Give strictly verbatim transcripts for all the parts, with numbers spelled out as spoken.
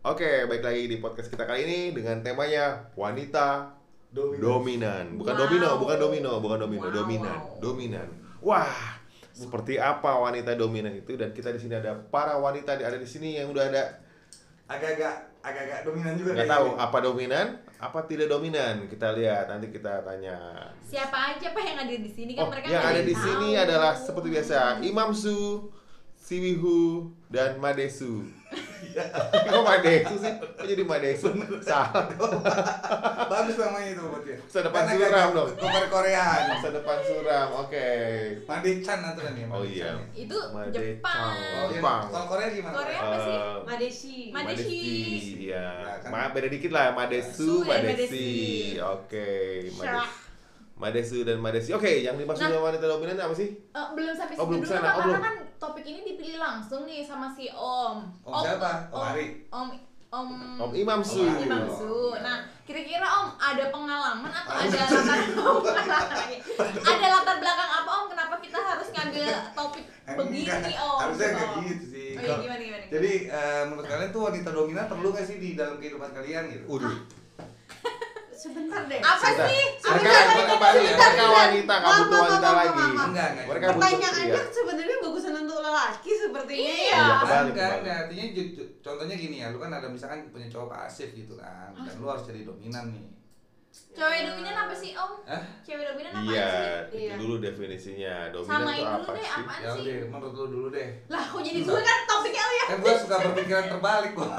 Oke, baik lagi di podcast kita kali ini dengan temanya wanita dominan. dominan. Bukan wow. domino, bukan domino, bukan domino, wow. dominan, dominan. Wah, seperti apa wanita dominan itu? Dan kita di sini ada para wanita ada di sini yang udah ada agak-agak agak-agak dominan juga. Nggak tahu ini. Apa dominan, apa tidak dominan. Kita lihat nanti kita tanya. Siapa aja Pak yang ada di sini kan oh, mereka yang ada di tahu. sini adalah seperti biasa Imam Su, Siwihu dan Madesu. Kok Madesu sih? Kok jadi Madesu? Salah. Bagus namanya itu buat dia. Masa depan suram dong. Koper Koreaan. Masa depan suram. Oke. Okay. Madechan atau kan ya? Oh iya. Itu Made Jepang. Oh, Jepang. Kalau Korea gimana? Korea apa sih? Uh, Madeshi. Madeshi. Iya. Ya, kan? Ma beda dikit lah. Madesu, Su dan Madesi. Oke. Madesu. Madesu dan Madesi. Oke, okay, yang dimaksud nah, wanita dominan apa sih? Uh, belum sampai oh, situ dulu sana. Pak, Oh, karena kan topik ini dipilih langsung nih sama si Om. Om, om siapa? Om Ari. Om Om Om Imam Su. Om Imam Su. Nah, kira-kira Om ada pengalaman atau ada latar ada latar belakang apa Om? Kenapa kita harus ngambil topik begini Om? Harusnya nggak gitu sih. Oh, iya, gimana, gimana, gimana? Jadi uh, menurut kalian tuh wanita dominan perlu nggak sih di dalam kehidupan kalian gitu? Udah. Sebentar deh. Apa Sebentar. sih? Mereka, mereka, mereka wanita, nggak butuh wanita lagi. Enggak, enggak. Mereka pertanyaannya sebenarnya bagusan untuk lelaki sepertinya. Iya. Ya, enggak, enggak, enggak. Artinya contohnya gini ya, lu kan ada misalkan punya cowok pasif gitu kan, dan lu harus jadi dominan nih. Cewek dominan apa sih Om? Hah? Cewek dominan apa Iya, sih? itu Iya. dulu definisinya. Dominan Samain itu dulu apa deh, sih? apaan Ya sih? udah, menurut lu dulu deh. Lah, kok jadi gue kan topiknya lu ya? Kan gua suka berpikiran terbalik gua.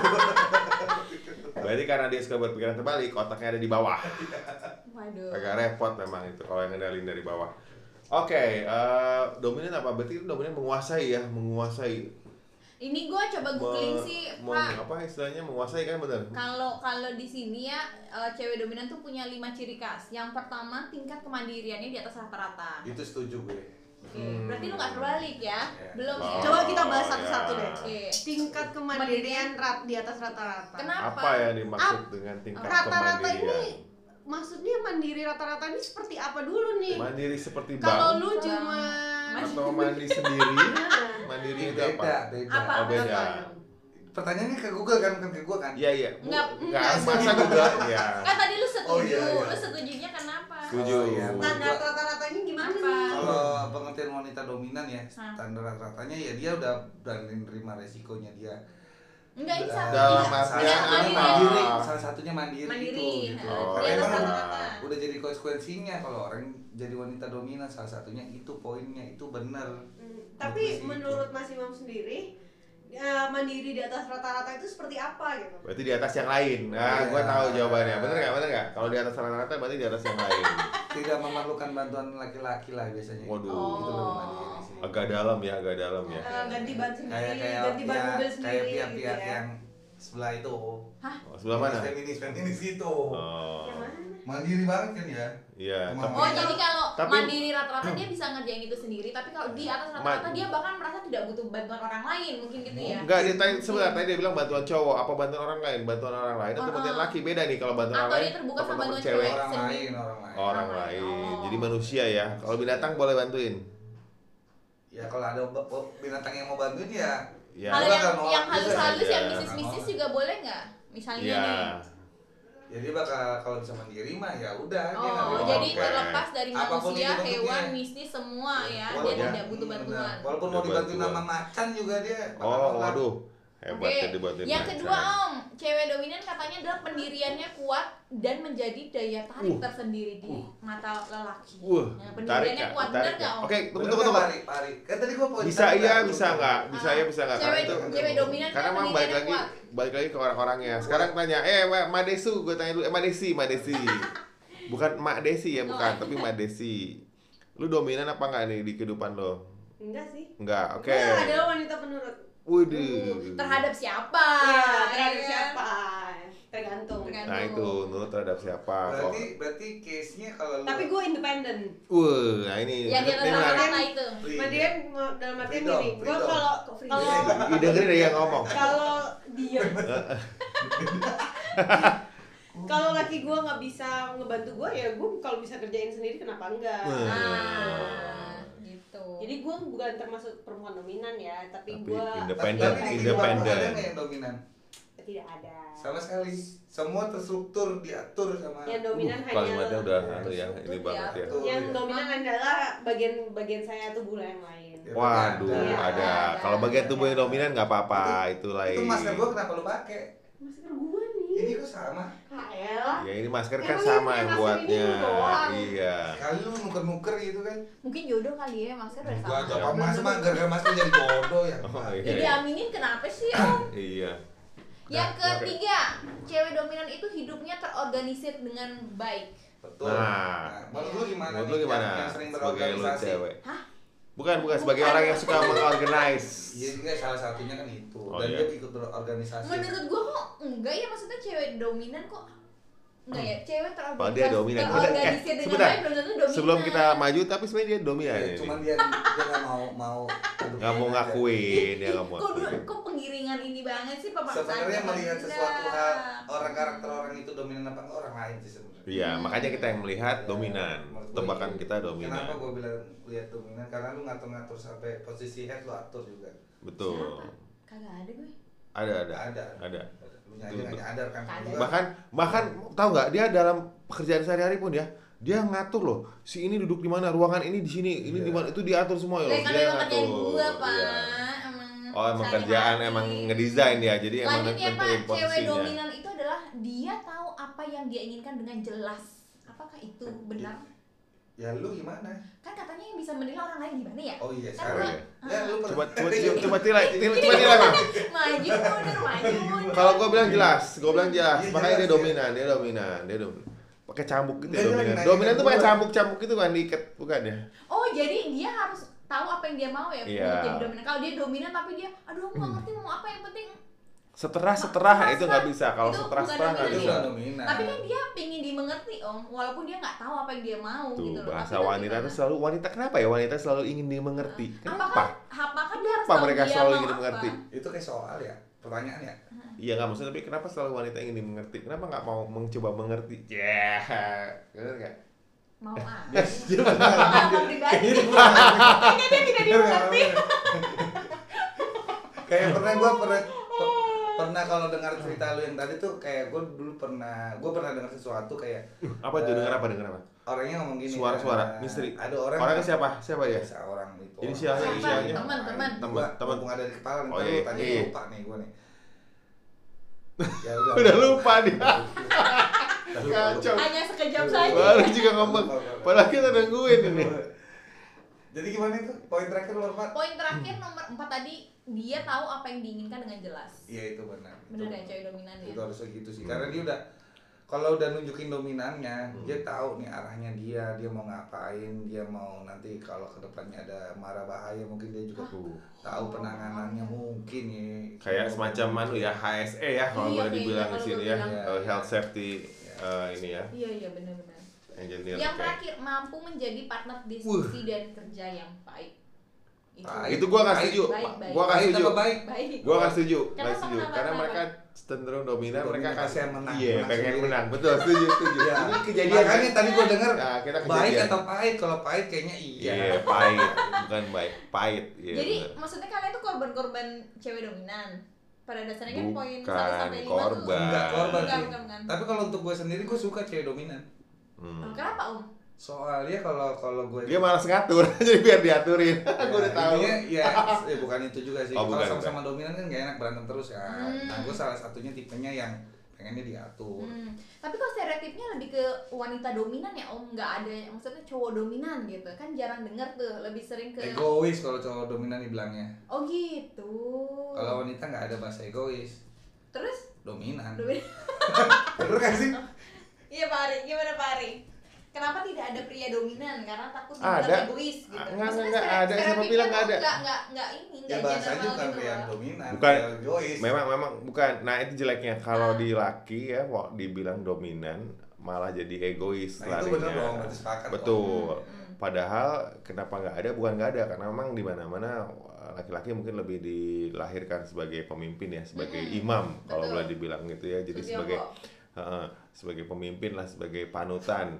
Berarti karena dia suka berpikiran terbalik, otaknya ada di bawah. Waduh. Agak repot memang itu kalau yang ngendalin dari bawah. Oke, okay, uh, dominan apa? Berarti dominan menguasai ya, menguasai. Ini gue coba googling Me- sih, meng- Pak. Apa istilahnya menguasai kan benar? Kalau kalau di sini ya uh, cewek dominan tuh punya lima ciri khas. Yang pertama tingkat kemandiriannya di atas rata-rata. Itu setuju gue. Oke, berarti lu nggak terbalik ya? Ya. Belum Wow. ya? Coba kita bahas Oh, satu-satu ya. deh. Oke. Tingkat kemandirian rat di atas rata-rata. Kenapa? Apa yang dimaksud dengan tingkat Rata-rata kemandirian? ini maksudnya mandiri rata-rata ini seperti apa dulu nih? Mandiri seperti Kalau bank lu cuma atau mandi sendiri? Mandiri itu apa? Beda, beda. Apa? Oh, beda. Pertanyaannya ke Google kan, bukan ke gua kan? Iya, iya. Bu- Nggak, Nggak, nggak, masa nggak. juga ya. Kan tadi lu setuju, Oh, iya, iya. lu setujunya kenapa? Setuju. Oh, iya. standar rata-rata ini gimana Apa? nih? Kalau pengertian wanita dominan ya, Hah? standar rata-ratanya ya dia udah berani nerima resikonya dia. Enggak, ini satu. Dalam Salah artian satunya apa? mandiri, salah satunya mandiri, Mandiri. itu gitu. Oh, Di Karena atas emang udah, rata-rata. udah jadi konsekuensinya kalau orang jadi wanita dominan, salah satunya itu poinnya, itu benar. Hmm, tapi menurut Mas Imam sendiri ya, mandiri di atas rata-rata itu seperti apa gitu? Berarti di atas yang lain. Nah, Iya. gua tahu jawabannya. Bener nggak? Bener nggak? Kalau di atas rata-rata berarti di atas yang lain. Tidak memerlukan bantuan laki-laki lah biasanya. Waduh. Itu lebih mandiri sih. Agak dalam ya, agak dalam ya. Eh, ganti ban sendiri, Kayak kayak ganti ban ya, mobil kayak sendiri pihak-pihak gitu ya. yang sebelah itu. Oh, sebelah mana? Feminis, feminis itu. Oh. Yang mana? Mandiri banget kan ya? Iya. Cuma- tapi- Oh, jadi kalau Tapi- mandiri rata-rata dia bisa ngerjain itu sendiri, tapi kalau di atas rata-rata Ma- dia bahkan merasa tidak butuh bantuan orang lain, mungkin gitu ya. Enggak, dia tanya sebenarnya tadi dia bilang bantuan cowok, apa bantuan orang lain? Bantuan orang lain atau Oh, bantuan oh. laki beda nih kalau bantuan Atau orang lain. dia terbuka apa sama bantuan cewek. cewek. Orang sendiri. lain, orang lain. Orang Orang lain. lain. Oh. Jadi manusia ya. Kalau binatang boleh bantuin. Ya kalau ada b- b- binatang yang mau bantuin ya. Ya. Kalau Gua yang bakal nolak yang juga halus-halus ya. yang mistis-mistis juga boleh nggak? Misalnya Iya. nih. Ya dia bakal kalau bisa mandiri mah ya udah dia nggak Oh, mau jadi Oke. terlepas dari Apapun manusia, itu bentuknya. hewan, mistis semua ya, dia Walaupun- tidak butuh Hmm, bantuan. benar. Walaupun Udah mau dibantuin bantuan. sama macan juga dia bakal Oh, nolak. waduh. Hebat Oke, ya dibantuin. yang macan. kedua Om, cewek dominan katanya adalah pendiriannya kuat dan menjadi daya tarik Uh. tersendiri di mata lelaki. Wah, Nah, tarik pendiriannya nggak? kuat, Tarik bener nggak Om? Oke, tunggu Bener tunggu nggak, tunggu. Pari? Pari. Kan tadi gua poin Bisa satu, iya, kan? bisa nggak? Bisa Ah, iya, bisa nggak? Karena Cewek, itu cewek dominan karena kan memang balik pendiriannya lagi kuat. balik lagi ke orang-orangnya. Sekarang tanya, eh Ma- Madesu, gue tanya dulu, eh Madesi, Madesi. Bukan Mak Desi ya, bukan, Oh. tapi Madesi. Lu dominan apa nggak nih di kehidupan lo? Enggak sih. Enggak, oke. Gue adalah wanita penurut. Waduh. Terhadap siapa? Iya, terhadap ya kan? siapa? Tergantung. Tergantung. Nah itu, nurut terhadap siapa? Kok? Berarti berarti case-nya kalau lu Tapi gue independen. Wah, nah ini. Yang di atas ini menarik. rata-rata itu. free. Mandirian mau- dalam artian Freedom, gini. Gue freedom. kalau kalau Ih, dengerin deh yang ngomong. kalau dia kalau laki gue nggak bisa ngebantu gue ya gue kalau bisa kerjain sendiri kenapa enggak? Hmm. Nah, gitu. Jadi gue bukan termasuk perempuan dominan ya, tapi, Tapi gue independen, Tapi di independen. kehidupan lu ada nggak yang dominan? Tidak ada. Sama sekali. Semua terstruktur, diatur sama. Yang dominan Uh, hanya kalimatnya udah Ya, anu ya, ini struktur banget ya. diatur. yang dominan adalah bagian-bagian saya tubuh yang lain. Ya, Waduh, ada. ada. Ada. Kalau bagian tubuh yang dominan nggak apa-apa, itu lain. Itu masker gua kenapa lu pakai? Masker gua nih. Ini kok sama. Kaelah. Ya ini masker kan Emang sama yang yang masker buatnya. ini doang. Iya. Kali lu nuker-nuker gitu kan. Mungkin jodoh kali ya, masker udah Gua sama. apa mas mah gara-gara masker jadi jodoh ya. Oh, iya. Jadi aminin kenapa sih om? Iya. Yang Nah, ketiga, cewek dominan itu hidupnya terorganisir dengan baik. Betul. Nah. menurut lu gimana? Menurut nih lu yang- gimana? Yang sering Sebagai lu berorganisasi? cewek. Hah? Bukan, bukan sebagai Bukan. orang yang suka mengorganize. Iya enggak, salah satunya kan itu. Oh, Dan iya. dia ikut berorganisasi. Menurut gua kok enggak ya, maksudnya cewek dominan kok enggak ya, cewek Padahal terorganisir, dia dominan. Udah, eh, terorganisir dengan sebentar. baik belum tentu dominan. Sebelum kita maju, tapi sebenarnya dia dominan Iya, ini. cuman dia dia nggak mau mau Nggak mau ngakuin, ya nggak mau Kok, dulu- ngakuin. kok penggiringan ini banget sih pemaksaan Sebenarnya apa melihat enggak? sesuatu hal orang karakter orang itu dominan apa enggak orang lain sih sebenarnya. Iya, Hmm. makanya kita yang melihat Ya, dominan. menurut gua Tebakan iya. kita dominan. Kenapa gue bilang lihat dominan? Karena lu ngatur-ngatur sampai posisi head lu atur juga. Betul. Siapa? Kagak ada gue. Ada, ada. Ada. Ada. Lu aja nggak nyadar kan? Ada. Juga. Bahkan bahkan tahu nggak dia dalam pekerjaan sehari-hari pun ya, dia ngatur loh. Si ini duduk di mana, ruangan ini di sini, ini Iya. di mana, itu diatur semua ya. Lah kan Dia emang kerjaan gua, Pak. Iya. Emang Oh, emang sehari-hari. kerjaan emang ngedesain ya. Jadi emang Lanjut ya Pak, nentuin cewek posisinya. dominan itu adalah dia tahu apa yang dia inginkan dengan jelas. Apakah itu benar? Ya lu gimana? Kan katanya yang bisa menilai orang lain gimana ya? Oh iya, Kan sekarang. gua- Ya lu Coba pernah- coba coba, coba tilai, tilai, coba tilai Bang. Maju mundur, maju mundur. Kalau gua bilang jelas, gua bilang jelas. Iya, Makanya jelas, dia ya. dominan, dia dominan, dia dominan. Pakai cambuk gitu ya Enggak, dominan. jangan Dominan nanya tuh pakai gua. cambuk-cambuk gitu kan diikat, bukan ya? Oh, jadi dia harus tahu apa yang dia mau ya Iya. untuk jadi dominan. Kalau dia dominan tapi dia aduh aku nggak ngerti mau apa, yang penting Seterah-seterah itu nggak bisa. Kalau Itu seterah-seterah bukan nggak Itu bisa. udah dominan. tapi kan dia pingin dimengerti om, walaupun dia nggak tahu apa yang dia mau Tuh, gitu loh. bahasa Tapi itu wanita gimana? itu selalu wanita kenapa ya wanita selalu ingin dimengerti? Kenapa? Apakah, apakah dia harus Kenapa tahu mereka dia selalu mau ingin apa? dimengerti? Itu kayak soal ya, pertanyaan ya. Iya nggak maksudnya, tapi kenapa selalu wanita ingin dimengerti? Kenapa nggak mau mencoba mengerti? Ya, benar nggak? Mau ah. Dia Mau pribadi. Kayaknya dia tidak dimengerti. Kayak pernah gua pernah per- pernah kalau dengar cerita lu yang tadi tuh kayak gua dulu pernah gua pernah dengar sesuatu kayak Apa tuh, dengar apa dengar apa? orangnya ngomong gini. Suara-suara, eh, misteri. Ada orang Orangnya siapa? Siapa dia? Biasa orang itu. Inisialnya, orang. inisialnya. Teman, teman. Teman, teman. Mumpung ada di kepala nih, Oh, ntar iya, lu tadi iya. lupa nih gua nih. Ya udah. Udah lupa dia. Udah lupa, lupa. Kacau. Hanya sekejap saja. Baru juga ngomong. Padahal kita nungguin ini. Jadi gimana itu? Poin terakhir nomor empat? Poin terakhir nomor empat tadi, dia tahu apa yang diinginkan dengan jelas. Iya itu benar. Bener Itu- ya cewek dominan ya. Itu harus gitu sih. Karena dia udah kalau udah nunjukin dominannya, Hmm. dia tahu nih arahnya dia, dia mau ngapain, dia mau nanti kalau kedepannya ada mara bahaya mungkin dia juga Tuh. tahu penanganannya mungkin ya. Kayak semacam anu ya, H S E ya kalau Iya, boleh kayaknya dibilang di kalau sini gue ya, bilang. eh, health safety eh, ini ya, Iya iya benar-benar. engineer. Yang kayak. terakhir, mampu menjadi partner diskusi dan kerja yang baik. Itu, Baik. Itu gua nggak Baik, setuju, baik, baik. gua nggak Baik setuju. apa baik? baik. Gua nggak setuju, Kenapa, nggak setuju, kenapa, karena kenapa? mereka cenderung dominan, mereka Dominan akan pasti yang menang, iya menang pengen sendiri. menang, betul, setuju, setuju. Iya. Ini kejadian Makanya kan? tadi gua dengar Nah, kita baik kejadian. atau pahit. Kalau pahit kayaknya iya. Iya, pahit, bukan baik, pahit. Iya, Jadi bener. maksudnya kalian tuh korban-korban cewek dominan. Pada dasarnya kan poin Bukan satu sampai lima tuh. korban. Enggak korban Bukan, sih. bukan, bukan. Tapi kalau untuk gue sendiri gue suka cewek dominan. Hmm. Kenapa om? Soalnya kalau kalau gue Dia malas ngatur, jadi biar diaturin. Gue udah tahu. Intinya, ya, ya bukan itu juga sih. Oh, Kalau bukan, sama-sama dominan kan gak enak berantem terus ya. Hmm. Nah, gue salah satunya tipenya yang pengennya diatur. Hmm. Tapi kok stereotipnya lebih ke wanita dominan ya om? Nggak ada, maksudnya cowok dominan gitu kan jarang dengar tuh, lebih sering ke. Egois kalau cowok dominan dibilangnya. Oh gitu. Kalau wanita nggak ada bahasa egois, Terus dominan. dominan. Bener kan sih? Iya Pak Ari, gimana Pak Ari? Kenapa tidak ada pria dominan? Karena takut Ada. dibilang egois gitu. Ah, enggak, Maksudnya enggak, stere- ada. Siapa stereotipnya bilang nggak tuh ada? Enggak, enggak, enggak ini, Ya enggak bahasanya general bukan gitu pria loh. dominan, Bukan. pria egois. Memang memang bukan. Nah, itu jeleknya kalau Ah. di laki ya, kok dibilang dominan malah jadi egois Nah, itu larinya. bener dong, berarti sepakat dong. Betul. Hmm. Padahal kenapa nggak ada? Bukan nggak ada, karena memang di mana-mana laki-laki mungkin lebih dilahirkan sebagai pemimpin ya, sebagai Mm-mm. imam kalau Betul. boleh dibilang gitu ya. Jadi Setuju, sebagai kok. Heeh, sebagai pemimpin lah, sebagai panutan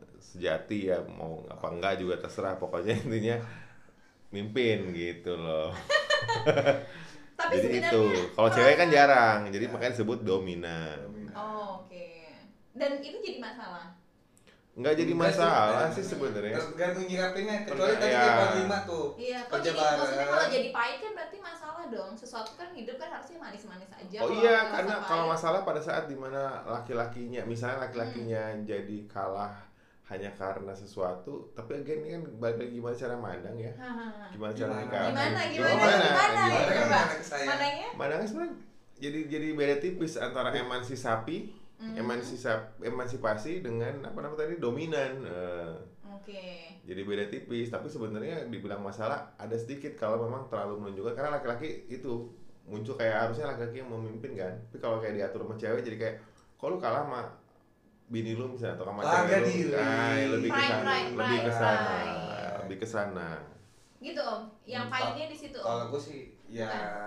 sejati ya, mau apa enggak juga terserah, pokoknya intinya mimpin gitu loh. Tapi Tapi Jadi sebenarnya itu, kalau cewek kan perasaan- jarang, jadi Ya. makanya disebut dominan. Oh, oke. Dan itu jadi masalah. Nggak jadi Enggak sih, masalah eh, sih sebenarnya. Tergantung nyikapinnya, kecuali Pernah, tadi ya. kayak panglima tuh. Iya, kok Kerja jadi maksudnya kalau bareng. jadi pahit kan berarti masalah dong. Sesuatu kan hidup kan harusnya manis-manis aja. Oh kalau iya, ngerasa karena pahit. kalau masalah pada saat dimana laki-lakinya, misalnya laki-lakinya jadi kalah hanya karena sesuatu, tapi again ini kan balik lagi gimana cara mandang ya, Hahaha. gimana cara Gimana? nyikapi. Gimana, gimana, Gimana? gimana? Gimana Coba. kan anak saya? Mananya? Mandangnya sebenarnya jadi jadi beda tipis antara emansipasi, Hmm. emansipasi, emansipasi dengan apa namanya tadi dominan. Eh, Oke. jadi beda tipis, tapi sebenarnya dibilang masalah ada sedikit kalau memang terlalu menunjukkan, karena laki-laki itu muncul kayak harusnya laki-laki yang memimpin kan, tapi kalau kayak diatur sama cewek jadi kayak kok lu kalah sama bini lu misalnya atau sama Laga cewek lu, diri. nah, lebih ke Pride, sana, pride, lebih ke pride, sana, pride. lebih ke sana. Gitu Om. Yang Hmm, pahitnya di situ Kalau Om. gue sih ya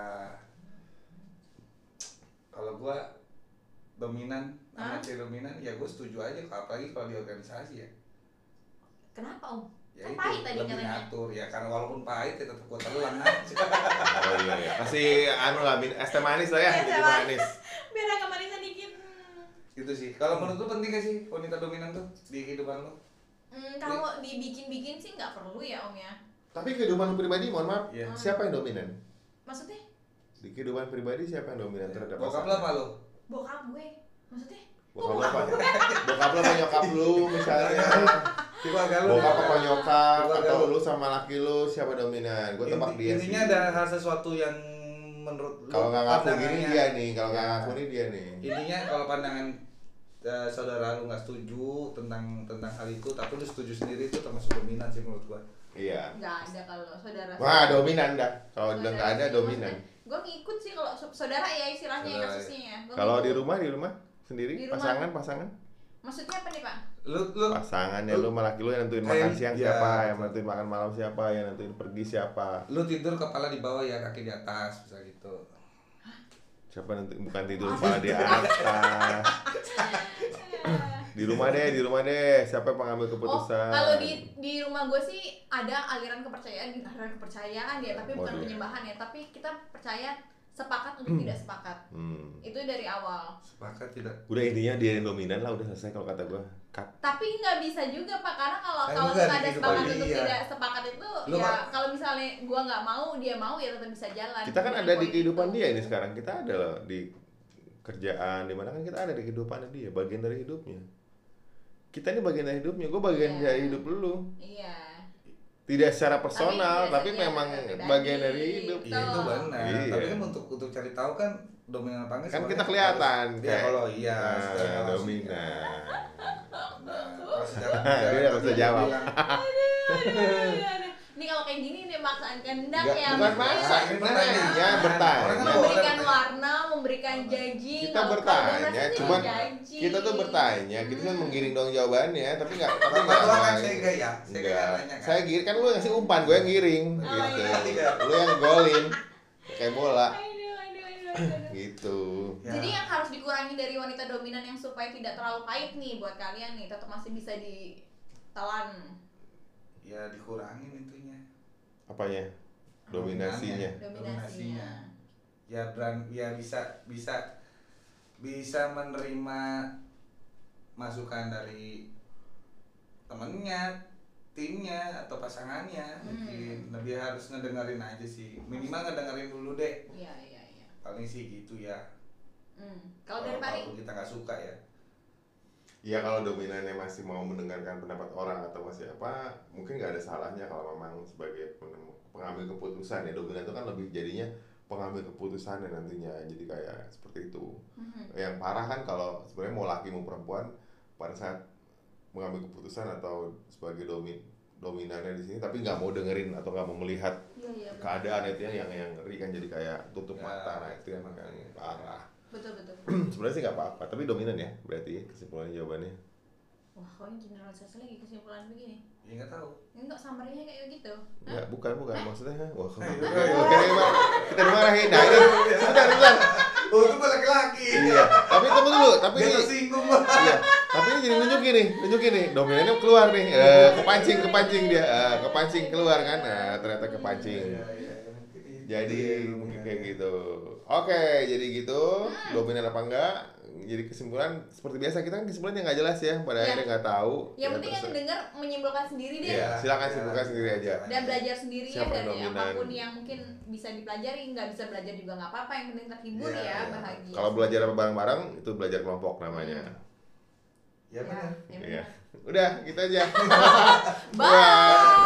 kalau gue dominan sama Hah? cewek dominan ya gue setuju aja, apalagi kalau di organisasi ya. Kenapa Om? Ya Kan itu pahit tadi lebih katanya. ngatur ya, karena walaupun pahit ya tetap gue telan aja. Oh iya iya, kasih anu lah, min- es teh manis lah ya, Es teh jadi manis. manis. Biar agak manisan dikit. Hmm. Itu sih. Kalau menurut lu penting gak sih wanita dominan tuh di kehidupan lu? Hmm, kalau dibikin-bikin sih nggak perlu ya Om ya. Tapi kehidupan lu pribadi, mohon maaf, Iya. siapa yang dominan? Maksudnya Di kehidupan pribadi siapa yang dominan terhadap Bokap lu pasangan? apa lu? bokap gue. Maksudnya? Bokap lu apa? Bokap lu apa nyokap lu misalnya? Keluarga lu. Bokap apa nyokap Keluarga atau lu. lu sama laki lu siapa dominan? Gue tebak Inti- dia sih. Intinya ada hal sesuatu yang menurut lu Kalau nggak ngaku gini pandangannya- dia nih, kalau nggak Ya. ngaku nih dia nih. Intinya kalau pandangan eh, saudara lu nggak setuju tentang tentang hal itu, tapi lu setuju sendiri itu termasuk dominan sih menurut gua. Iya. Nggak ada kalau saudara. Wah dominan dah. Kalau bilang nggak ada dominan. Gue ngikut sih kalau so- saudara ya istilahnya Saudara. kasusnya ya. Gua Kalau di ngikut. rumah di rumah sendiri Di rumah. pasangan pasangan Maksudnya apa nih Pak? Lu lu pasangan ya lu Lu- sama laki lu yang nentuin Kayak- makan siang ya, siapa, yang betul. nentuin makan malam siapa, yang nentuin pergi siapa. lu tidur kepala di bawah ya kaki di atas bisa gitu. Siapa nentuin, bukan tidur kepala di atas. Di rumah deh, di rumah deh. Siapa yang pengambil Oh, keputusan? kalau di di rumah gue sih ada aliran kepercayaan, aliran kepercayaan ya, tapi bukan Waduh. penyembahan ya, tapi kita percaya sepakat untuk tidak sepakat. Hmm. Itu dari awal. Sepakat tidak? Udah intinya dia yang dominan lah, udah selesai kalau kata gua. Cut. Tapi nggak bisa juga Pak, karena kalau Kan kalau enggak kita di ada kehidupan sepakat untuk dia. tidak sepakat itu Lu ya kan- kalau misalnya gua nggak mau, dia mau ya tetap bisa jalan. Kita kan Dengan ada di poin kehidupan itu. dia ini sekarang. Kita ada loh di kerjaan, di mana kan kita ada di kehidupan dia, bagian dari hidupnya. Kita ini bagian dari hidupnya, gue bagian Iya. dari hidup lu. Iya. Tidak secara personal, tapi, biasanya memang pribadi, bagian dari hidup. gitu. Iya itu benar. Iya. Tapi kan untuk untuk cari tahu kan dominan apa enggak Kan sebenarnya kita kelihatan harus- kayak- Ya kalau iya Nah, secara langsung, dominan. ya. Nah, kalau secara Dia nggak tadi bisa jawab. bilang, Aduh, aduh, aduh. Ini kalau kayak gini nih maksaan kehendak Nggak, ya. bukan maksudnya. maksa, ini nanya, pertanyaan. bertanya. Orang kan Memberikan boleh warna, memberikan janji. Kita kalau- bertanya, kalau gua rasanya cuman janji. kita tuh bertanya, kita kan menggiring dong jawabannya, tapi nggak, tapi Tapi nggak. kan nggak- saya enggak ya, saya Enggak. enggak nanya kan. Saya giring kan lu yang ngasih umpan, gue yang giring Oh, gitu. iya. Lu yang golin kayak bola Aduh, aduh, aduh, aduh, aduh. gitu. Ya. Jadi yang harus dikurangi dari wanita dominan yang supaya tidak terlalu pahit nih buat kalian nih, tetap masih bisa ditelan Ya dikurangin intinya. Apanya? Dominasinya. dominasinya. Ya beran ya bisa bisa bisa menerima masukan dari temennya, timnya atau pasangannya. Hmm. Mungkin lebih harus ngedengerin aja sih, minimal ngedengerin dulu deh, Iya, iya, iya. paling sih gitu ya. Hmm. Kalau dari Pari? Walaupun kita nggak suka ya. Ya kalau dominannya masih mau mendengarkan pendapat orang atau masih apa, mungkin nggak ada salahnya kalau memang sebagai pen- pengambil keputusan ya. Dominan itu kan lebih jadinya pengambil keputusan ya nantinya, jadi kayak seperti itu. Mhm. Yang parah kan kalau sebenarnya mau laki mau perempuan pada saat mengambil keputusan atau sebagai domin dominannya di sini, tapi nggak mau dengerin atau nggak mau melihat Iya, iya. betul. keadaan itu yang yang ngeri kan, jadi kayak tutup Ya, mata, nah itu yang kan makanya. parah. Betul, betul. Sebenarnya sih nggak apa-apa, tapi dominan ya berarti kesimpulannya jawabannya. Wah, kok ini generalisasi lagi kesimpulan begini? Ya nggak tahu. Enggak, summary-nya kayak gitu. Hah? Enggak, bukan, bukan maksudnya. Wah, Ayo, oke, ayo. oke, Pak. Kita dimarahin. Nah, ini bentar, bentar. Oh itu gue laki-laki. Iya, tapi tunggu dulu, tapi Dia ini tersinggung gua. iya, tapi ini jadi nunjukin nih, nunjukin nih. Dominannya keluar nih, eh, kepancing, kepancing dia, eh, kepancing keluar kan. Nah, ternyata kepancing. Iya, iya, mungkin itu. Jadi Iya, mungkin dominan, kayak ya. gitu. Oke, jadi gitu. Dominan apa enggak? Jadi kesimpulan seperti biasa kita kan kesimpulannya nggak jelas ya. Pada Ya. akhirnya nggak tahu. Yang Ya, penting yang terserah. mendengar menyimpulkan sendiri deh. Iya, silakan Ya, simpulkan sendiri aja. Dan belajar sendiri Siapa ya dari dominan? apapun yang mungkin bisa dipelajari, nggak bisa belajar juga nggak apa-apa, yang penting terhibur Iya, ya, iya. bahagia. Kalau belajar apa bareng-bareng itu belajar kelompok namanya. Ya benar. ya Iya. benar. Udah, gitu aja. Bye.